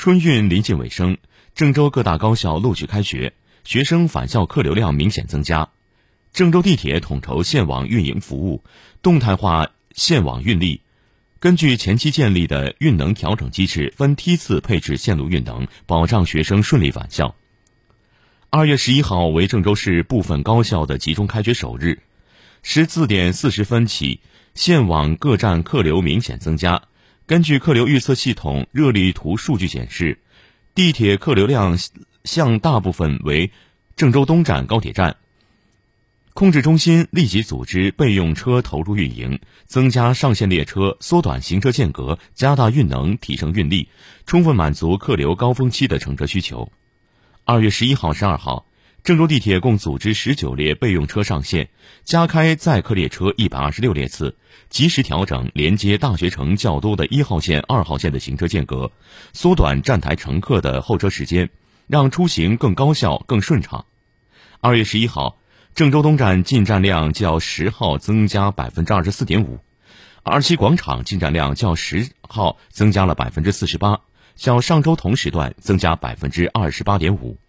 春运临近尾声，郑州各大高校陆续开学，学生返校客流量明显增加。郑州地铁统筹线网运营服务，动态化线网运力，根据前期建立的运能调整机制，分梯次配置线路运能，保障学生顺利返校。2月11号为郑州市部分高校的集中开学首日，14点40分起，线网各站客流明显增加。根据客流预测系统热力图数据显示，地铁客流量向大部分为郑州东站高铁站。控制中心立即组织备用车投入运营，增加上线列车，缩短行车间隔，加大运能，提升运力，充分满足客流高峰期的乘车需求。2月11号、12号，郑州地铁共组织19列备用车上线，加开载客列车126列次，及时调整连接大学城较多的1号线、2号线的行车间隔，缩短站台乘客的候车时间，让出行更高效、更顺畅。2月11号，郑州东站进站量较10号增加 24.5%， 27广场进站量较10号增加了 48%， 较上周同时段增加 28.5%。